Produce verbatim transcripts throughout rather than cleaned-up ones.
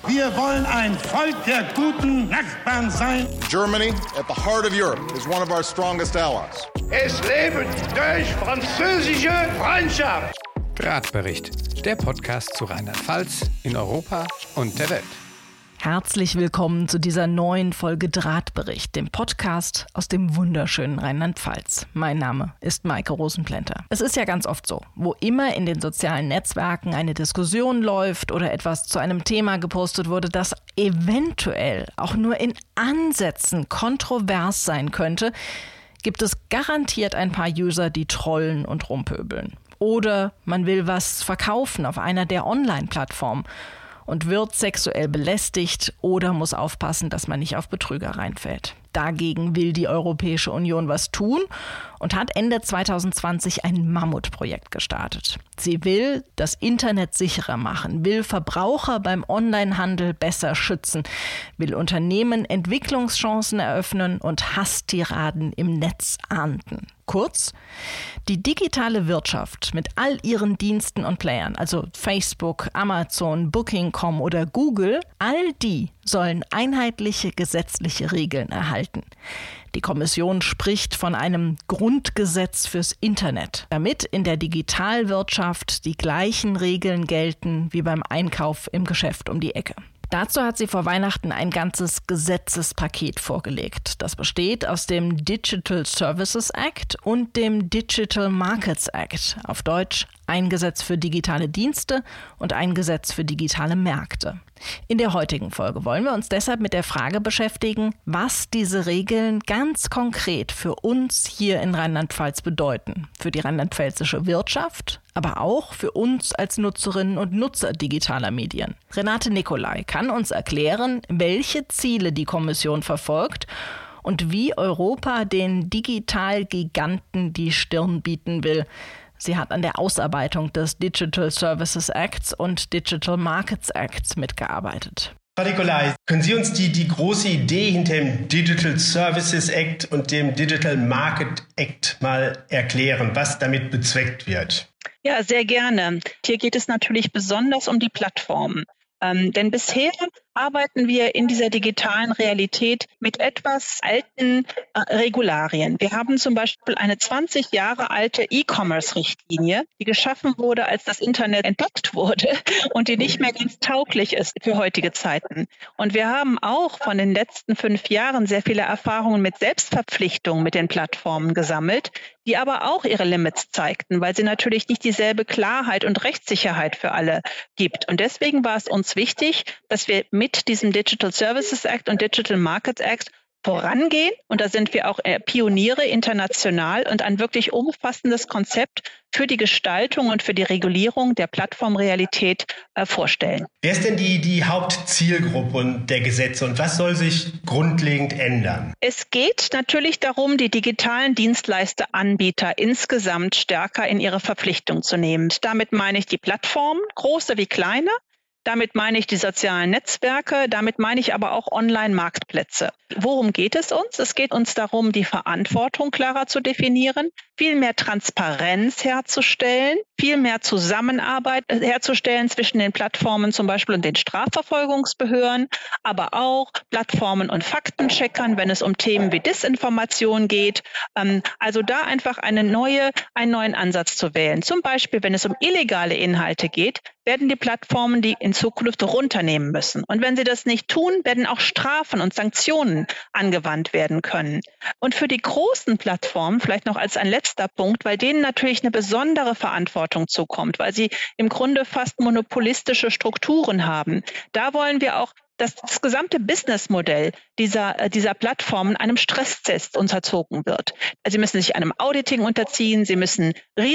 Wir wollen ein Volk der guten Nachbarn sein. Germany, at the heart of Europe, is one of our strongest allies. Es lebe durch französische Freundschaft. Drahtbericht, der Podcast zu Rheinland-Pfalz, in Europa und der Welt. Herzlich willkommen zu dieser neuen Folge Drahtbericht, dem Podcast aus dem wunderschönen Rheinland-Pfalz. Mein Name ist Maike Rosenplanter. Es ist ja ganz oft so, wo immer in den sozialen Netzwerken eine Diskussion läuft oder etwas zu einem Thema gepostet wurde, das eventuell auch nur in Ansätzen kontrovers sein könnte, gibt es garantiert ein paar User, die trollen und rumpöbeln. Oder man will was verkaufen auf einer der Online-Plattformen und wird sexuell belästigt oder muss aufpassen, dass man nicht auf Betrüger reinfällt. Dagegen will die Europäische Union was tun und hat Ende zwanzig zwanzig ein Mammutprojekt gestartet. Sie will das Internet sicherer machen, will Verbraucher beim Onlinehandel besser schützen, will Unternehmen Entwicklungschancen eröffnen und Hasstiraden im Netz ahnden. Kurz, die digitale Wirtschaft mit all ihren Diensten und Playern, also Facebook, Amazon, Booking Punkt com oder Google, all die sollen einheitliche gesetzliche Regeln erhalten. Die Kommission spricht von einem Grundgesetz fürs Internet, damit in der Digitalwirtschaft die gleichen Regeln gelten wie beim Einkauf im Geschäft um die Ecke. Dazu hat sie vor Weihnachten ein ganzes Gesetzespaket vorgelegt. Das besteht aus dem Digital Services Act und dem Digital Markets Act. Auf Deutsch ein Gesetz für digitale Dienste und ein Gesetz für digitale Märkte. In der heutigen Folge wollen wir uns deshalb mit der Frage beschäftigen, was diese Regeln ganz konkret für uns hier in Rheinland-Pfalz bedeuten. Für die rheinland-pfälzische Wirtschaft, aber auch für uns als Nutzerinnen und Nutzer digitaler Medien. Renate Nicolai kann uns erklären, welche Ziele die Kommission verfolgt und wie Europa den Digitalgiganten die Stirn bieten will. Sie hat an der Ausarbeitung des Digital Services Acts und Digital Markets Acts mitgearbeitet. Frau Nicolai, können Sie uns die, die große Idee hinter dem Digital Services Act und dem Digital Market Act mal erklären, was damit bezweckt wird? Ja, sehr gerne. Hier geht es natürlich besonders um die Plattformen. Ähm, denn bisher arbeiten wir in dieser digitalen Realität mit etwas alten äh, Regularien. Wir haben zum Beispiel eine zwanzig Jahre alte E-Commerce-Richtlinie, die geschaffen wurde, als das Internet entdeckt wurde und die nicht mehr ganz tauglich ist für heutige Zeiten. Und wir haben auch von den letzten fünf Jahren sehr viele Erfahrungen mit Selbstverpflichtungen mit den Plattformen gesammelt, die aber auch ihre Limits zeigten, weil sie natürlich nicht dieselbe Klarheit und Rechtssicherheit für alle gibt. Und deswegen war es uns wichtig, dass wir mit mit diesem Digital Services Act und Digital Markets Act vorangehen. Und da sind wir auch Pioniere international und ein wirklich umfassendes Konzept für die Gestaltung und für die Regulierung der Plattformrealität äh, vorstellen. Wer ist denn die, die Hauptzielgruppe der Gesetze und was soll sich grundlegend ändern? Es geht natürlich darum, die digitalen Dienstleisteranbieter insgesamt stärker in ihre Verpflichtung zu nehmen. Damit meine ich die Plattformen, große wie kleine. Damit meine ich die sozialen Netzwerke, damit meine ich aber auch Online-Marktplätze. Worum geht es uns? Es geht uns darum, die Verantwortung klarer zu definieren, viel mehr Transparenz herzustellen, viel mehr Zusammenarbeit herzustellen zwischen den Plattformen zum Beispiel und den Strafverfolgungsbehörden, aber auch Plattformen und Faktencheckern, wenn es um Themen wie Desinformation geht. Also da einfach eine neue, einen neuen Ansatz zu wählen. Zum Beispiel, wenn es um illegale Inhalte geht, werden die Plattformen die in Zukunft runternehmen müssen. Und wenn sie das nicht tun, werden auch Strafen und Sanktionen angewandt werden können. Und für die großen Plattformen, vielleicht noch als ein letzter Punkt, weil denen natürlich eine besondere Verantwortung zukommt, weil sie im Grunde fast monopolistische Strukturen haben. Da wollen wir auch dass das gesamte Businessmodell dieser, dieser Plattformen einem Stresstest unterzogen wird. Sie müssen sich einem Auditing unterziehen, sie müssen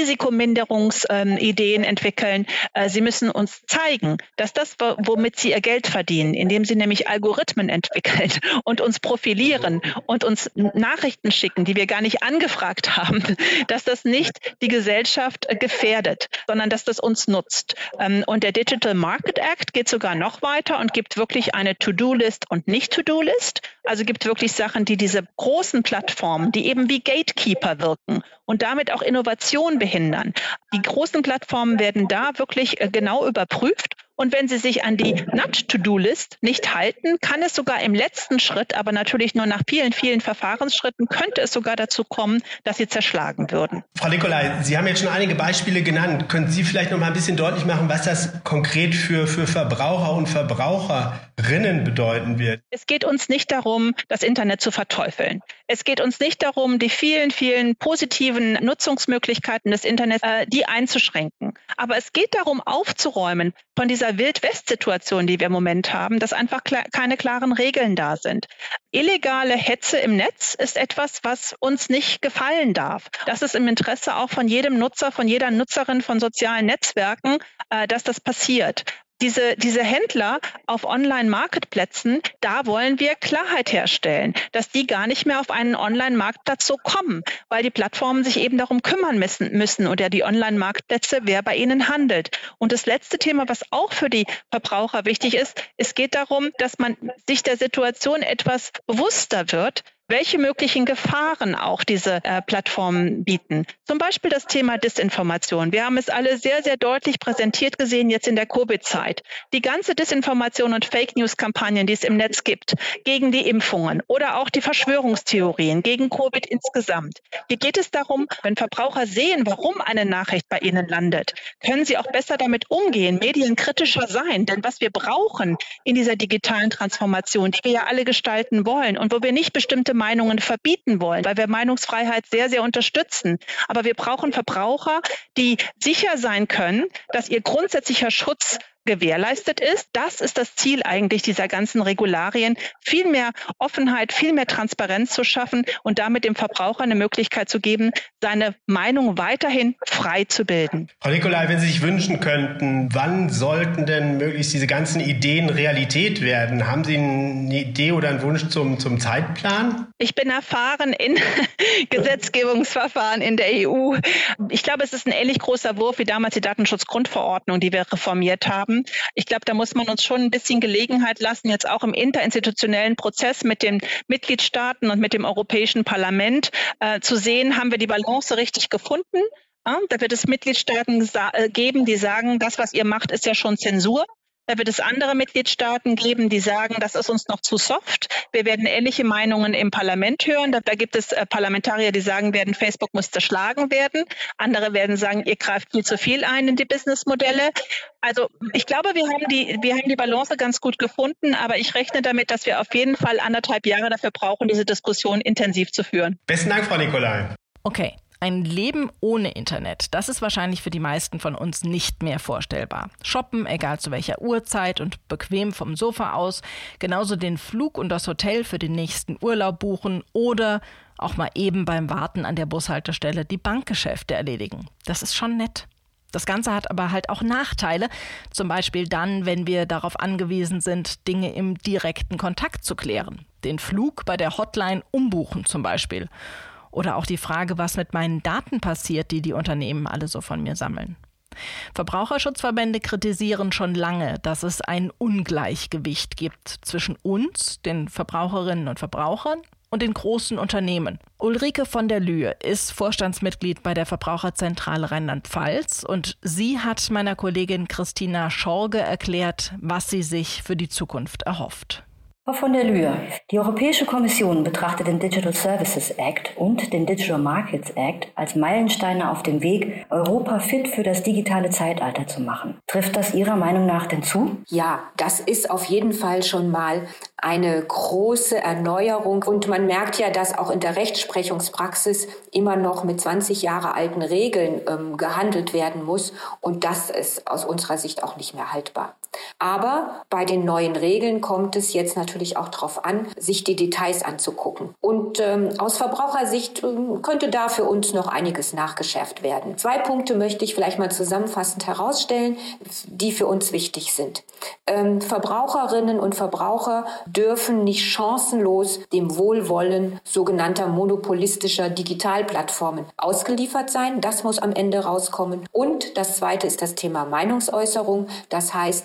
Risikominderungsideen entwickeln, sie müssen uns zeigen, dass das, womit sie ihr Geld verdienen, indem sie nämlich Algorithmen entwickeln und uns profilieren und uns Nachrichten schicken, die wir gar nicht angefragt haben, dass das nicht die Gesellschaft gefährdet, sondern dass das uns nutzt. Und der Digital Market Act geht sogar noch weiter und gibt wirklich eine To-Do-List und Nicht-To-Do-List. Also gibt wirklich Sachen, die diese großen Plattformen, die eben wie Gatekeeper wirken und damit auch Innovation behindern. Die großen Plattformen werden da wirklich genau überprüft Und wenn Sie sich an die Not-to-Do-List nicht halten, kann es sogar im letzten Schritt, aber natürlich nur nach vielen, vielen Verfahrensschritten, könnte es sogar dazu kommen, dass Sie zerschlagen würden. Frau Nicolai, Sie haben jetzt schon einige Beispiele genannt. Können Sie vielleicht noch mal ein bisschen deutlich machen, was das konkret für, für Verbraucher und Verbraucherinnen bedeuten wird? Es geht uns nicht darum, das Internet zu verteufeln. Es geht uns nicht darum, die vielen, vielen positiven Nutzungsmöglichkeiten des Internets, äh, die einzuschränken. Aber es geht darum, aufzuräumen von dieser Wild-West-Situation, die wir im Moment haben, dass einfach klar, keine klaren Regeln da sind. Illegale Hetze im Netz ist etwas, was uns nicht gefallen darf. Das ist im Interesse auch von jedem Nutzer, von jeder Nutzerin von sozialen Netzwerken, äh, dass das passiert. Diese, diese Händler auf Online-Marktplätzen, da wollen wir Klarheit herstellen, dass die gar nicht mehr auf einen Online-Marktplatz so kommen, weil die Plattformen sich eben darum kümmern müssen, müssen oder die Online-Marktplätze, wer bei ihnen handelt. Und das letzte Thema, was auch für die Verbraucher wichtig ist, es geht darum, dass man sich der Situation etwas bewusster wird, welche möglichen Gefahren auch diese äh, Plattformen bieten. Zum Beispiel das Thema Disinformation. Wir haben es alle sehr, sehr deutlich präsentiert gesehen jetzt in der Covid-Zeit. Die ganze Disinformation und Fake-News-Kampagnen, die es im Netz gibt, gegen die Impfungen oder auch die Verschwörungstheorien, gegen Covid insgesamt. Hier geht es darum, wenn Verbraucher sehen, warum eine Nachricht bei ihnen landet, können sie auch besser damit umgehen, medienkritischer sein. Denn was wir brauchen in dieser digitalen Transformation, die wir ja alle gestalten wollen und wo wir nicht bestimmte Meinungen verbieten wollen, weil wir Meinungsfreiheit sehr, sehr unterstützen. Aber wir brauchen Verbraucher, die sicher sein können, dass ihr grundsätzlicher Schutz gewährleistet ist. Das ist das Ziel eigentlich dieser ganzen Regularien, viel mehr Offenheit, viel mehr Transparenz zu schaffen und damit dem Verbraucher eine Möglichkeit zu geben, seine Meinung weiterhin frei zu bilden. Frau Nicolai, wenn Sie sich wünschen könnten, wann sollten denn möglichst diese ganzen Ideen Realität werden? Haben Sie eine Idee oder einen Wunsch zum, zum Zeitplan? Ich bin erfahren in Gesetzgebungsverfahren in der E U. Ich glaube, es ist ein ähnlich großer Wurf wie damals die Datenschutzgrundverordnung, die wir reformiert haben. Ich glaube, da muss man uns schon ein bisschen Gelegenheit lassen, jetzt auch im interinstitutionellen Prozess mit den Mitgliedstaaten und mit dem Europäischen Parlament äh, zu sehen, haben wir die Balance richtig gefunden. Ja, da wird es Mitgliedstaaten äh, geben, die sagen, das, was ihr macht, ist ja schon Zensur. Da wird es andere Mitgliedstaaten geben, die sagen, das ist uns noch zu soft. Wir werden ähnliche Meinungen im Parlament hören. Da, da gibt es äh, Parlamentarier, die sagen werden, Facebook muss zerschlagen werden. Andere werden sagen, ihr greift viel zu viel ein in die Businessmodelle. Also ich glaube, wir haben die, wir haben die Balance ganz gut gefunden, aber ich rechne damit, dass wir auf jeden Fall anderthalb Jahre dafür brauchen, diese Diskussion intensiv zu führen. Besten Dank, Frau Nicolai. Okay. Ein Leben ohne Internet, das ist wahrscheinlich für die meisten von uns nicht mehr vorstellbar. Shoppen, egal zu welcher Uhrzeit und bequem vom Sofa aus, genauso den Flug und das Hotel für den nächsten Urlaub buchen oder auch mal eben beim Warten an der Bushaltestelle die Bankgeschäfte erledigen. Das ist schon nett. Das Ganze hat aber halt auch Nachteile, zum Beispiel dann, wenn wir darauf angewiesen sind, Dinge im direkten Kontakt zu klären. Den Flug bei der Hotline umbuchen zum Beispiel. Oder auch die Frage, was mit meinen Daten passiert, die die Unternehmen alle so von mir sammeln. Verbraucherschutzverbände kritisieren schon lange, dass es ein Ungleichgewicht gibt zwischen uns, den Verbraucherinnen und Verbrauchern, und den großen Unternehmen. Ulrike von der Lühe ist Vorstandsmitglied bei der Verbraucherzentrale Rheinland-Pfalz und sie hat meiner Kollegin Christina Schorge erklärt, was sie sich für die Zukunft erhofft. Frau von der Lühe, die Europäische Kommission betrachtet den Digital Services Act und den Digital Markets Act als Meilensteine auf dem Weg, Europa fit für das digitale Zeitalter zu machen. Trifft das Ihrer Meinung nach denn zu? Ja, das ist auf jeden Fall schon mal eine große Erneuerung. Und man merkt ja, dass auch in der Rechtsprechungspraxis immer noch mit zwanzig Jahre alten Regeln ähm, gehandelt werden muss. Und das ist aus unserer Sicht auch nicht mehr haltbar. Aber bei den neuen Regeln kommt es jetzt natürlich auch darauf an, sich die Details anzugucken. Und ähm, aus Verbrauchersicht ähm, könnte da für uns noch einiges nachgeschärft werden. Zwei Punkte möchte ich vielleicht mal zusammenfassend herausstellen, die für uns wichtig sind. Ähm, Verbraucherinnen und Verbraucher dürfen nicht chancenlos dem Wohlwollen sogenannter monopolistischer Digitalplattformen ausgeliefert sein. Das muss am Ende rauskommen. Und das Zweite ist das Thema Meinungsäußerung. Das heißt, die Upload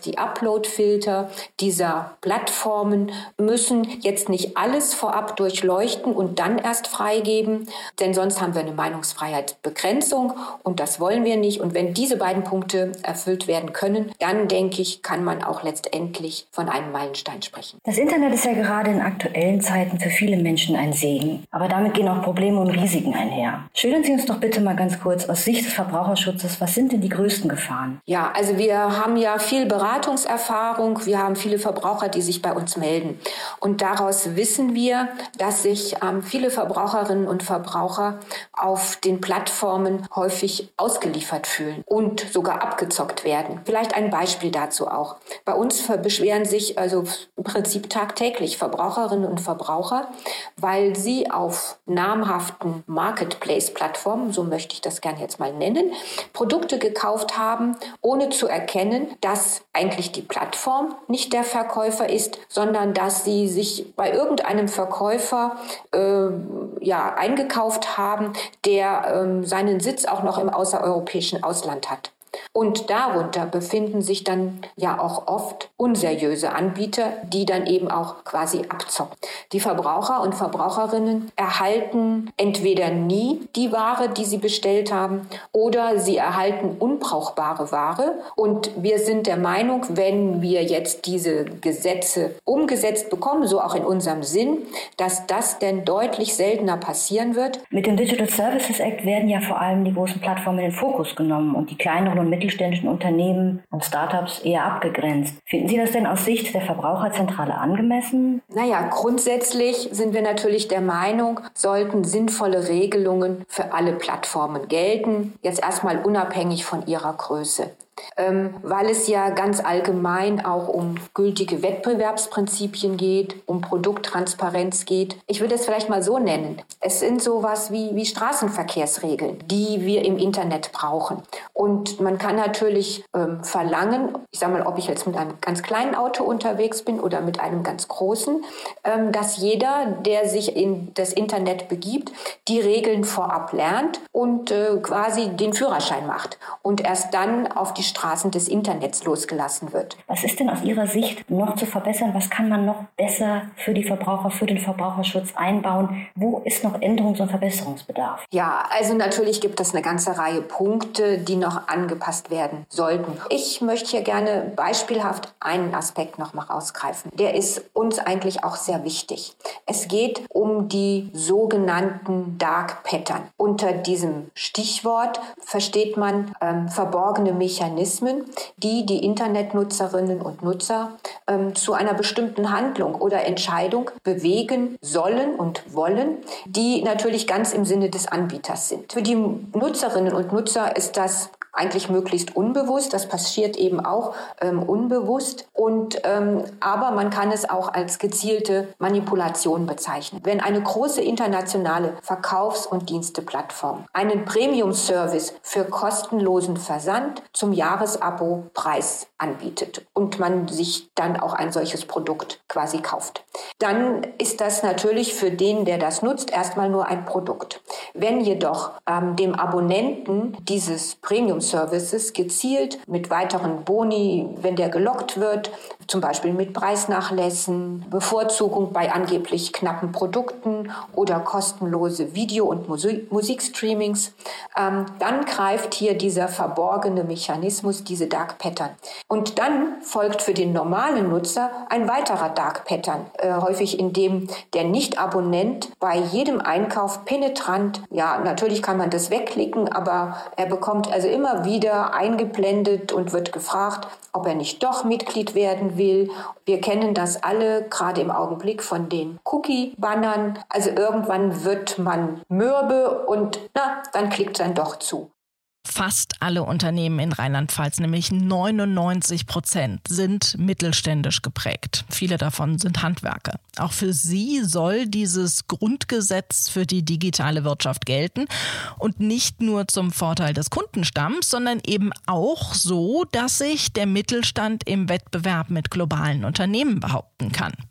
Upload-Filter dieser Plattformen müssen jetzt nicht alles vorab durchleuchten und dann erst freigeben, denn sonst haben wir eine Meinungsfreiheitsbegrenzung und das wollen wir nicht. Und wenn diese beiden Punkte erfüllt werden können, dann denke ich, kann man auch letztendlich von einem Meilenstein sprechen. Das Internet ist ja gerade in aktuellen Zeiten für viele Menschen ein Segen, aber damit gehen auch Probleme und Risiken einher. Schildern Sie uns doch bitte mal ganz kurz aus Sicht des Verbraucherschutzes, was sind denn die größten Gefahren? Ja, also wir haben ja viel Beratungserfahrung, wir haben viele Verbraucher, die sich bei uns melden. Und daraus wissen wir, dass sich ähm, viele Verbraucherinnen und Verbraucher auf den Plattformen häufig ausgeliefert fühlen und sogar abgezockt werden. Vielleicht ein Beispiel dazu auch. Bei uns beschweren sich also im Prinzip tagtäglich Verbraucherinnen und Verbraucher, weil sie auf namhaften Marketplace-Plattformen, so möchte ich das gerne jetzt mal nennen, Produkte gekauft haben, ohne zu erkennen, dass eigentlich die Plattform nicht der Verkäufer ist, sondern dass sie sich bei irgendeinem Verkäufer äh, ja, eingekauft haben, der äh, seinen Sitz auch noch im außereuropäischen Ausland hat. Und darunter befinden sich dann ja auch oft unseriöse Anbieter, die dann eben auch quasi abzocken. Die Verbraucher und Verbraucherinnen erhalten entweder nie die Ware, die sie bestellt haben, oder sie erhalten unbrauchbare Ware. Und wir sind der Meinung, wenn wir jetzt diese Gesetze umgesetzt bekommen, so auch in unserem Sinn, dass das denn deutlich seltener passieren wird. Mit dem Digital Services Act werden ja vor allem die großen Plattformen in den Fokus genommen und die kleineren und mittelständischen Unternehmen und Startups eher abgegrenzt. Finden Sie das denn aus Sicht der Verbraucherzentrale angemessen? Naja, grundsätzlich sind wir natürlich der Meinung, sollten sinnvolle Regelungen für alle Plattformen gelten, jetzt erstmal unabhängig von ihrer Größe. Ähm, weil es ja ganz allgemein auch um gültige Wettbewerbsprinzipien geht, um Produkttransparenz geht. Ich würde es vielleicht mal so nennen. Es sind sowas wie, wie Straßenverkehrsregeln, die wir im Internet brauchen. Und man kann natürlich ähm, verlangen, ich sage mal, ob ich jetzt mit einem ganz kleinen Auto unterwegs bin oder mit einem ganz großen, ähm, dass jeder, der sich in das Internet begibt, die Regeln vorab lernt und äh, quasi den Führerschein macht und erst dann auf die Straßen des Internets losgelassen wird. Was ist denn aus Ihrer Sicht noch zu verbessern? Was kann man noch besser für die Verbraucher, für den Verbraucherschutz einbauen? Wo ist noch Änderungs- und Verbesserungsbedarf? Ja, also natürlich gibt es eine ganze Reihe Punkte, die noch angepasst werden sollten. Ich möchte hier gerne beispielhaft einen Aspekt noch mal rausgreifen. Der ist uns eigentlich auch sehr wichtig. Es geht um die sogenannten Dark Pattern. Unter diesem Stichwort versteht man ähm, verborgene Mechanismen, die die Internetnutzerinnen und Nutzer ähm, zu einer bestimmten Handlung oder Entscheidung bewegen sollen und wollen, die natürlich ganz im Sinne des Anbieters sind. Für die Nutzerinnen und Nutzer ist das eigentlich möglichst unbewusst. Das passiert eben auch ähm, unbewusst. Und, ähm, aber man kann es auch als gezielte Manipulation bezeichnen. Wenn eine große internationale Verkaufs- und Diensteplattform einen Premium-Service für kostenlosen Versand zum Jahresabo-Preis anbietet und man sich dann auch ein solches Produkt quasi kauft, dann ist das natürlich für den, der das nutzt, erstmal nur ein Produkt. Wenn jedoch ähm, dem Abonnenten dieses Premium-Services gezielt mit weiteren Boni, wenn der gelockt wird, zum Beispiel mit Preisnachlässen, Bevorzugung bei angeblich knappen Produkten oder kostenlose Video- und Musik- Musikstreamings, ähm, dann greift hier dieser verborgene Mechanismus, diese Dark Pattern. Und dann folgt für den normalen Nutzer ein weiterer Dark Pattern, äh, häufig in dem der Nicht-Abonnent bei jedem Einkauf penetrant, ja, natürlich kann man das wegklicken, aber er bekommt also immer wieder eingeblendet und wird gefragt, ob er nicht doch Mitglied werden will. Wir kennen das alle, gerade im Augenblick von den Cookie-Bannern. Also irgendwann wird man mürbe und na, dann klickt dann doch zu. Fast alle Unternehmen in Rheinland-Pfalz, nämlich neunundneunzig Prozent, sind mittelständisch geprägt. Viele davon sind Handwerker. Auch für sie soll dieses Grundgesetz für die digitale Wirtschaft gelten und nicht nur zum Vorteil des Kundenstamms, sondern eben auch so, dass sich der Mittelstand im Wettbewerb mit globalen Unternehmen behaupten kann.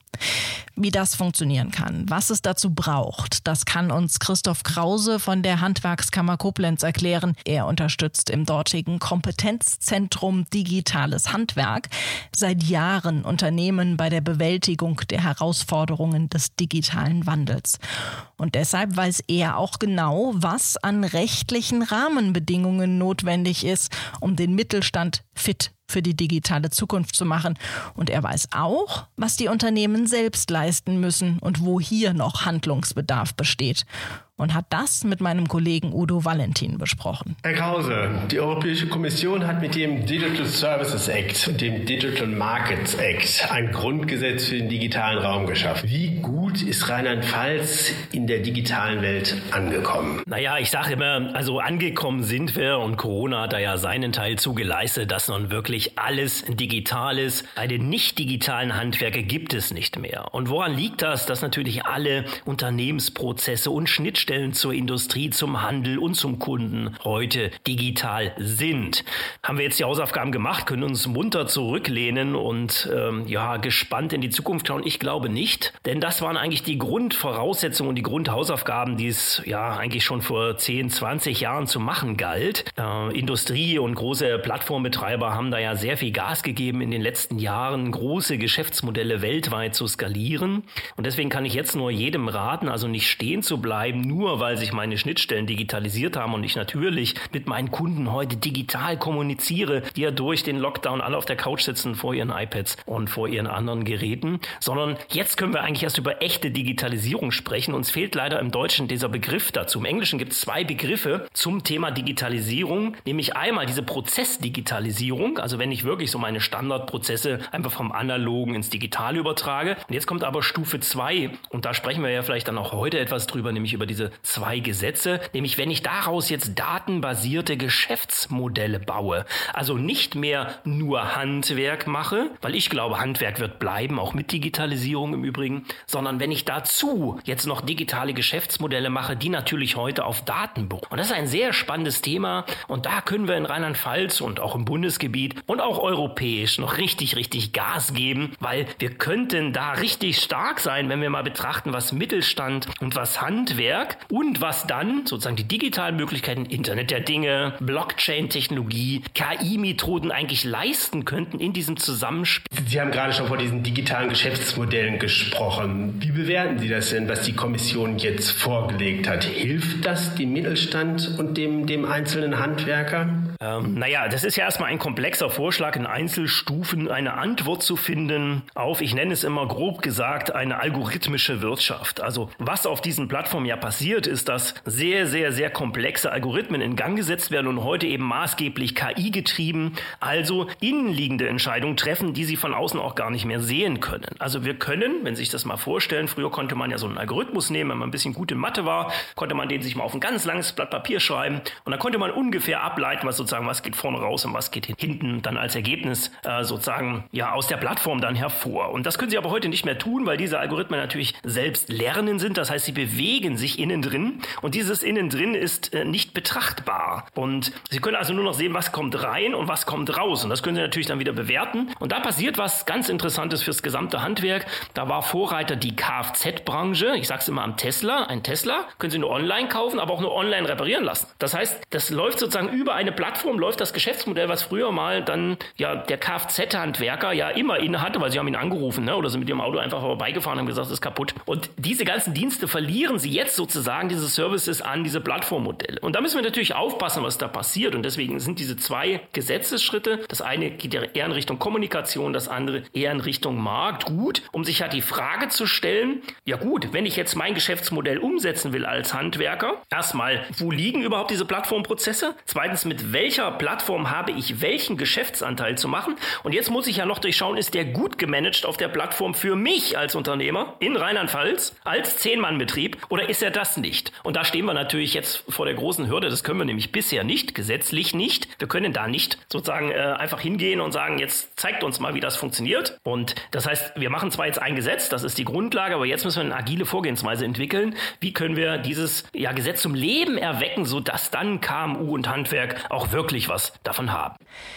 Wie das funktionieren kann, was es dazu braucht, das kann uns Christoph Krause von der Handwerkskammer Koblenz erklären. Er unterstützt im dortigen Kompetenzzentrum Digitales Handwerk seit Jahren Unternehmen bei der Bewältigung der Herausforderungen des digitalen Wandels. Und deshalb weiß er auch genau, was an rechtlichen Rahmenbedingungen notwendig ist, um den Mittelstand fit für die digitale Zukunft zu machen. Und er weiß auch, was die Unternehmen selbst leisten müssen und wo hier noch Handlungsbedarf besteht. Und hat das mit meinem Kollegen Udo Valentin besprochen. Herr Krause, die Europäische Kommission hat mit dem Digital Services Act und dem Digital Markets Act ein Grundgesetz für den digitalen Raum geschaffen. Wie gut ist Rheinland-Pfalz in der digitalen Welt angekommen? Naja, ich sage immer, also angekommen sind wir und Corona hat da ja seinen Teil zugeleistet, dass nun wirklich alles digital ist. Eine nicht digitalen Handwerke gibt es nicht mehr. Und woran liegt das? Dass natürlich alle Unternehmensprozesse und Schnittstellen zur Industrie, zum Handel und zum Kunden heute digital sind. Haben wir jetzt die Hausaufgaben gemacht, können uns munter zurücklehnen und ähm, ja gespannt in die Zukunft schauen? Ich glaube nicht, denn das waren eigentlich die Grundvoraussetzungen und die Grundhausaufgaben, die es ja eigentlich schon vor zehn, zwanzig Jahren zu machen galt. Äh, Industrie und große Plattformbetreiber haben da ja sehr viel Gas gegeben in den letzten Jahren, große Geschäftsmodelle weltweit zu skalieren. Und deswegen kann ich jetzt nur jedem raten, also nicht stehen zu bleiben, nur Nur weil sich meine Schnittstellen digitalisiert haben und ich natürlich mit meinen Kunden heute digital kommuniziere, die ja durch den Lockdown alle auf der Couch sitzen vor ihren iPads und vor ihren anderen Geräten, sondern jetzt können wir eigentlich erst über echte Digitalisierung sprechen. Uns fehlt leider im Deutschen dieser Begriff dazu. Im Englischen gibt es zwei Begriffe zum Thema Digitalisierung, nämlich einmal diese Prozessdigitalisierung, also wenn ich wirklich so meine Standardprozesse einfach vom Analogen ins Digitale übertrage. Und jetzt kommt aber Stufe zwei und da sprechen wir ja vielleicht dann auch heute etwas drüber, nämlich über diese zwei Gesetze, nämlich wenn ich daraus jetzt datenbasierte Geschäftsmodelle baue, also nicht mehr nur Handwerk mache, weil ich glaube, Handwerk wird bleiben, auch mit Digitalisierung im Übrigen, sondern wenn ich dazu jetzt noch digitale Geschäftsmodelle mache, die natürlich heute auf Daten beruhen. Und das ist ein sehr spannendes Thema und da können wir in Rheinland-Pfalz und auch im Bundesgebiet und auch europäisch noch richtig, richtig Gas geben, weil wir könnten da richtig stark sein, wenn wir mal betrachten, was Mittelstand und was Handwerk und was dann sozusagen die digitalen Möglichkeiten, Internet der Dinge, Blockchain-Technologie, K I-Methoden eigentlich leisten könnten in diesem Zusammenspiel. Sie haben gerade schon von diesen digitalen Geschäftsmodellen gesprochen. Wie bewerten Sie das denn, was die Kommission jetzt vorgelegt hat? Hilft das dem Mittelstand und dem, dem einzelnen Handwerker? Ähm, naja, das ist ja erstmal ein komplexer Vorschlag, in Einzelstufen eine Antwort zu finden auf, ich nenne es immer grob gesagt, eine algorithmische Wirtschaft. Also was auf diesen Plattformen ja passiert, ist, dass sehr, sehr, sehr komplexe Algorithmen in Gang gesetzt werden und heute eben maßgeblich K I getrieben, also innenliegende Entscheidungen treffen, die sie von außen auch gar nicht mehr sehen können. Also wir können, wenn Sie sich das mal vorstellen, früher konnte man ja so einen Algorithmus nehmen, wenn man ein bisschen gut in Mathe war, konnte man den sich mal auf ein ganz langes Blatt Papier schreiben und dann konnte man ungefähr ableiten, was sozusagen, was geht vorne raus und was geht hinten dann als Ergebnis äh, sozusagen ja aus der Plattform dann hervor. Und das können Sie aber heute nicht mehr tun, weil diese Algorithmen natürlich selbst lernen sind, das heißt, sie bewegen sich innen drin und dieses innen drin ist äh, nicht betrachtbar. Und Sie können also nur noch sehen, was kommt rein und was kommt raus. Und das können Sie natürlich dann wieder bewerten. Und da passiert was ganz Interessantes fürs gesamte Handwerk. Da war Vorreiter die Kfz-Branche. Ich sage es immer am Tesla. Ein Tesla können Sie nur online kaufen, aber auch nur online reparieren lassen. Das heißt, das läuft sozusagen über eine Plattform, läuft das Geschäftsmodell, was früher mal dann ja der Kfz-Handwerker ja immer inne hatte, weil sie haben ihn angerufen, ne, oder sind mit ihrem Auto einfach vorbeigefahren und haben gesagt, es ist kaputt. Und diese ganzen Dienste verlieren Sie jetzt sozusagen, diese Services an diese Plattformmodelle. Und da müssen wir natürlich aufpassen, was da passiert. Und deswegen sind diese zwei Gesetzesschritte, das eine geht ja eher in Richtung Kommunikation, das andere eher in Richtung Markt, gut, um sich halt die Frage zu stellen, ja gut, wenn ich jetzt mein Geschäftsmodell umsetzen will als Handwerker, erstmal, wo liegen überhaupt diese Plattformprozesse? Zweitens, mit welcher Plattform habe ich welchen Geschäftsanteil zu machen? Und jetzt muss ich ja noch durchschauen, ist der gut gemanagt auf der Plattform für mich als Unternehmer in Rheinland-Pfalz als Zehn-Mann-Betrieb oder ist er das nicht? Und da stehen wir natürlich jetzt vor der großen Hürde, das können wir nämlich bisher nicht, gesetzlich nicht. Wir können da nicht sozusagen äh, einfach hingehen und sagen, jetzt zeigt uns mal, wie das funktioniert. Und das heißt, wir machen zwar jetzt ein Gesetz, das ist die Grundlage, aber jetzt müssen wir eine agile Vorgehensweise entwickeln. Wie können wir dieses ja, Gesetz zum Leben erwecken, sodass dann K M U und Handwerk auch wirklich was davon haben?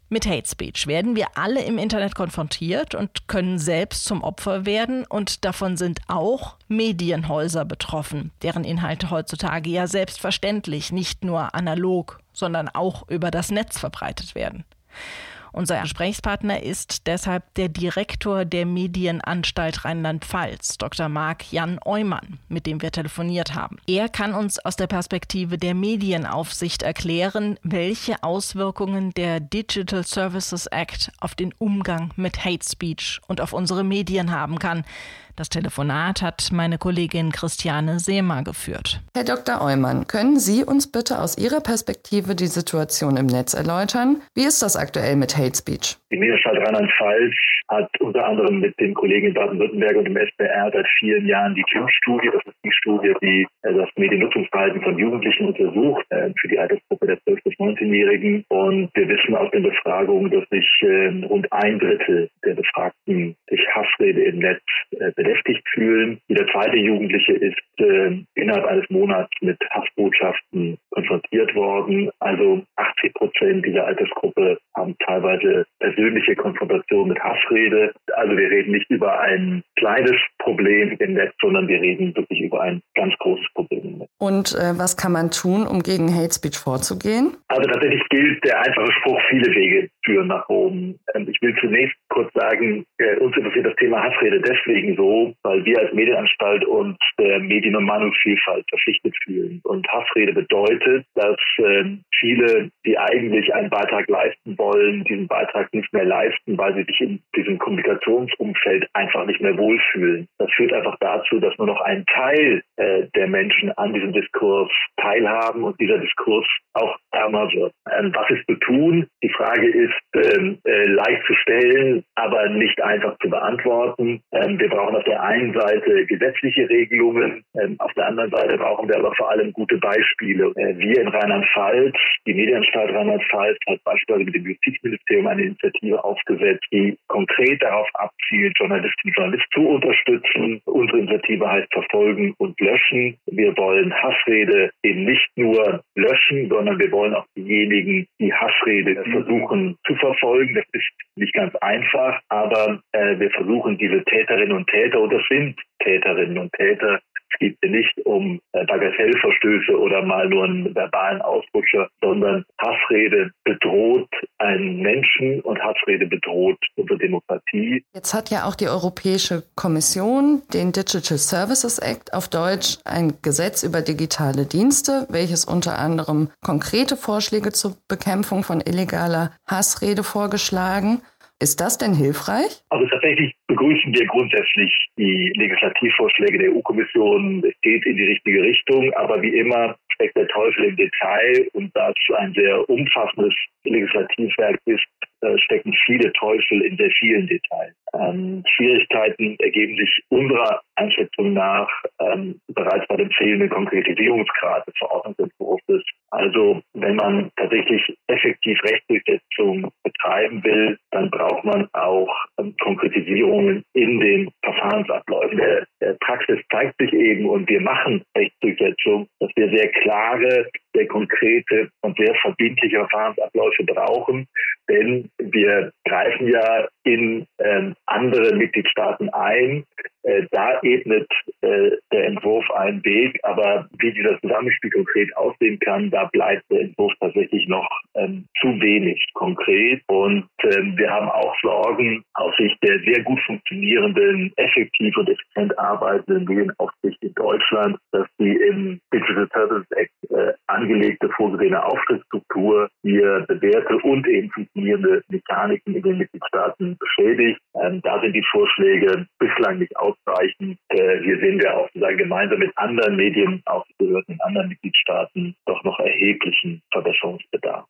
Mit Hate Speech werden wir alle im Internet konfrontiert und können selbst zum Opfer werden. Und davon sind auch Medienhäuser betroffen, deren Inhalte heutzutage ja selbstverständlich nicht nur analog, sondern auch über das Netz verbreitet werden. Unser Gesprächspartner ist deshalb der Direktor der Medienanstalt Rheinland-Pfalz, Doktor Marc-Jan Eumann, mit dem wir telefoniert haben. Er kann uns aus der Perspektive der Medienaufsicht erklären, welche Auswirkungen der Digital Services Act auf den Umgang mit Hate Speech und auf unsere Medien haben kann. Das Telefonat hat meine Kollegin Christiane Seemer geführt. Herr Doktor Eumann, können Sie uns bitte aus Ihrer Perspektive die Situation im Netz erläutern? Wie ist das aktuell mit Hate Speech? Die Medienanstalt Rheinland-Pfalz hat unter anderem mit den Kollegen in Baden-Württemberg und dem S B R seit vielen Jahren die K I M-Studie, das ist die Studie, die das Mediennutzungsverhalten von Jugendlichen untersucht, für die Altersgruppe der zwölf- bis neunzehnjährigen. Und wir wissen aus den Befragungen, dass sich rund ein Drittel der Befragten durch Hassrede im Netz belästigt fühlen. Jeder zweite Jugendliche ist äh, innerhalb eines Monats mit Hassbotschaften konfrontiert worden. Also achtzig Prozent dieser Altersgruppe haben teilweise persönliche Konfrontation mit Hassrede. Also wir reden nicht über ein kleines Problem im Netz, sondern wir reden wirklich über ein ganz großes Problem im Netz. Und äh, was kann man tun, um gegen Hate Speech vorzugehen? Also tatsächlich gilt der einfache Spruch, viele Wege führen nach Rom. Ähm, ich will zunächst kurz sagen, äh, uns interessiert das Thema Hassrede deswegen so, weil wir als Medienanstalt uns der Medien- und Meinungsvielfalt verpflichtet fühlen. Und Hassrede bedeutet, dass äh, viele, die eigentlich einen Beitrag leisten wollen, diesen Beitrag nicht mehr leisten, weil sie sich in diesem Kommunikationsumfeld einfach nicht mehr wohlfühlen. Das führt einfach dazu, dass nur noch ein Teil äh, der Menschen an diesem Diskurs teilhaben und dieser Diskurs auch ärmer wird. Ähm, was ist zu tun? Die Frage ist ähm, äh, leicht zu stellen, aber nicht einfach zu beantworten. Ähm, wir brauchen auf der einen Seite gesetzliche Regelungen, ähm, auf der anderen Seite brauchen wir aber vor allem gute Beispiele. Äh, wir in Rheinland-Pfalz, die Medienanstalt Rheinland-Pfalz hat beispielsweise mit dem Justizministerium eine Initiative aufgesetzt, die konkret darauf abzielt, Journalistinnen und Journalisten zu unterstützen. Unsere Initiative heißt Verfolgen und Löschen. Wir wollen Hassrede eben nicht nur löschen, sondern wir wollen auch diejenigen, die Hassrede versuchen zu verfolgen. Das ist nicht ganz einfach, aber äh, wir versuchen diese Täterinnen und Täter, und das sind Täterinnen und Täter, es geht hier nicht um äh, Bagatellverstöße oder mal nur einen verbalen Ausrutscher, sondern Hassrede bedroht einen Menschen und Hassrede bedroht unsere Demokratie. Jetzt hat ja auch die Europäische Kommission den Digital Services Act, auf Deutsch ein Gesetz über digitale Dienste, welches unter anderem konkrete Vorschläge zur Bekämpfung von illegaler Hassrede vorgeschlagen. Ist das denn hilfreich? Also tatsächlich begrüßen wir grundsätzlich die Legislativvorschläge der E U-Kommission. Es geht in die richtige Richtung, aber wie immer steckt der Teufel im Detail, und da es ein sehr umfassendes Legislativwerk ist, stecken viele Teufel in sehr vielen Details. Ähm, Schwierigkeiten ergeben sich unserer Einschätzung nach ähm, bereits bei dem fehlenden Konkretisierungsgrad des Verordnungsentwurfs. Also wenn man tatsächlich effektiv Rechtsdurchsetzung betreiben will, dann braucht man auch ähm, Konkretisierungen in den Verfahrensabläufen. Der, der Praxis zeigt sich eben, und wir machen Rechtsdurchsetzung, dass wir sehr klare, sehr konkrete und sehr verbindliche Verfahrensabläufe brauchen, denn wir greifen ja in ähm, andere Mitgliedstaaten ein. Äh, da ebnet äh, der Entwurf einen Weg, aber wie dieser Zusammenspiel konkret aussehen kann, da bleibt der Entwurf tatsächlich noch ähm, zu wenig konkret. Und ähm, wir haben auch Sorgen aus Sicht der sehr gut funktionierenden, effektiv und effizient arbeitenden Medienaufsicht in Deutschland, dass die im Digital Services Act äh, angelegte vorgesehene Aufsichtsstruktur hier bewährte und eben funktionierende Mechaniken in den Mitgliedstaaten beschädigt. Ähm, da sind die Vorschläge bislang nicht ausreichend. Äh, hier sehen wir auch sozusagen gemeinsam mit anderen Medienaufsichtsbehörden in anderen Mitgliedstaaten doch noch erheblichen Verbesserungsbedarf.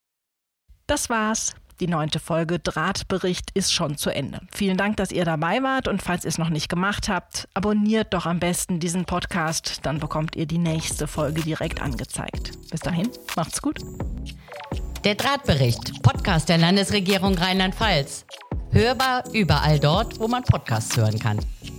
Das war's. Die neunte Folge Drahtbericht ist schon zu Ende. Vielen Dank, dass ihr dabei wart, und falls ihr es noch nicht gemacht habt, abonniert doch am besten diesen Podcast, dann bekommt ihr die nächste Folge direkt angezeigt. Bis dahin, macht's gut. Der Drahtbericht, Podcast der Landesregierung Rheinland-Pfalz. Hörbar überall dort, wo man Podcasts hören kann.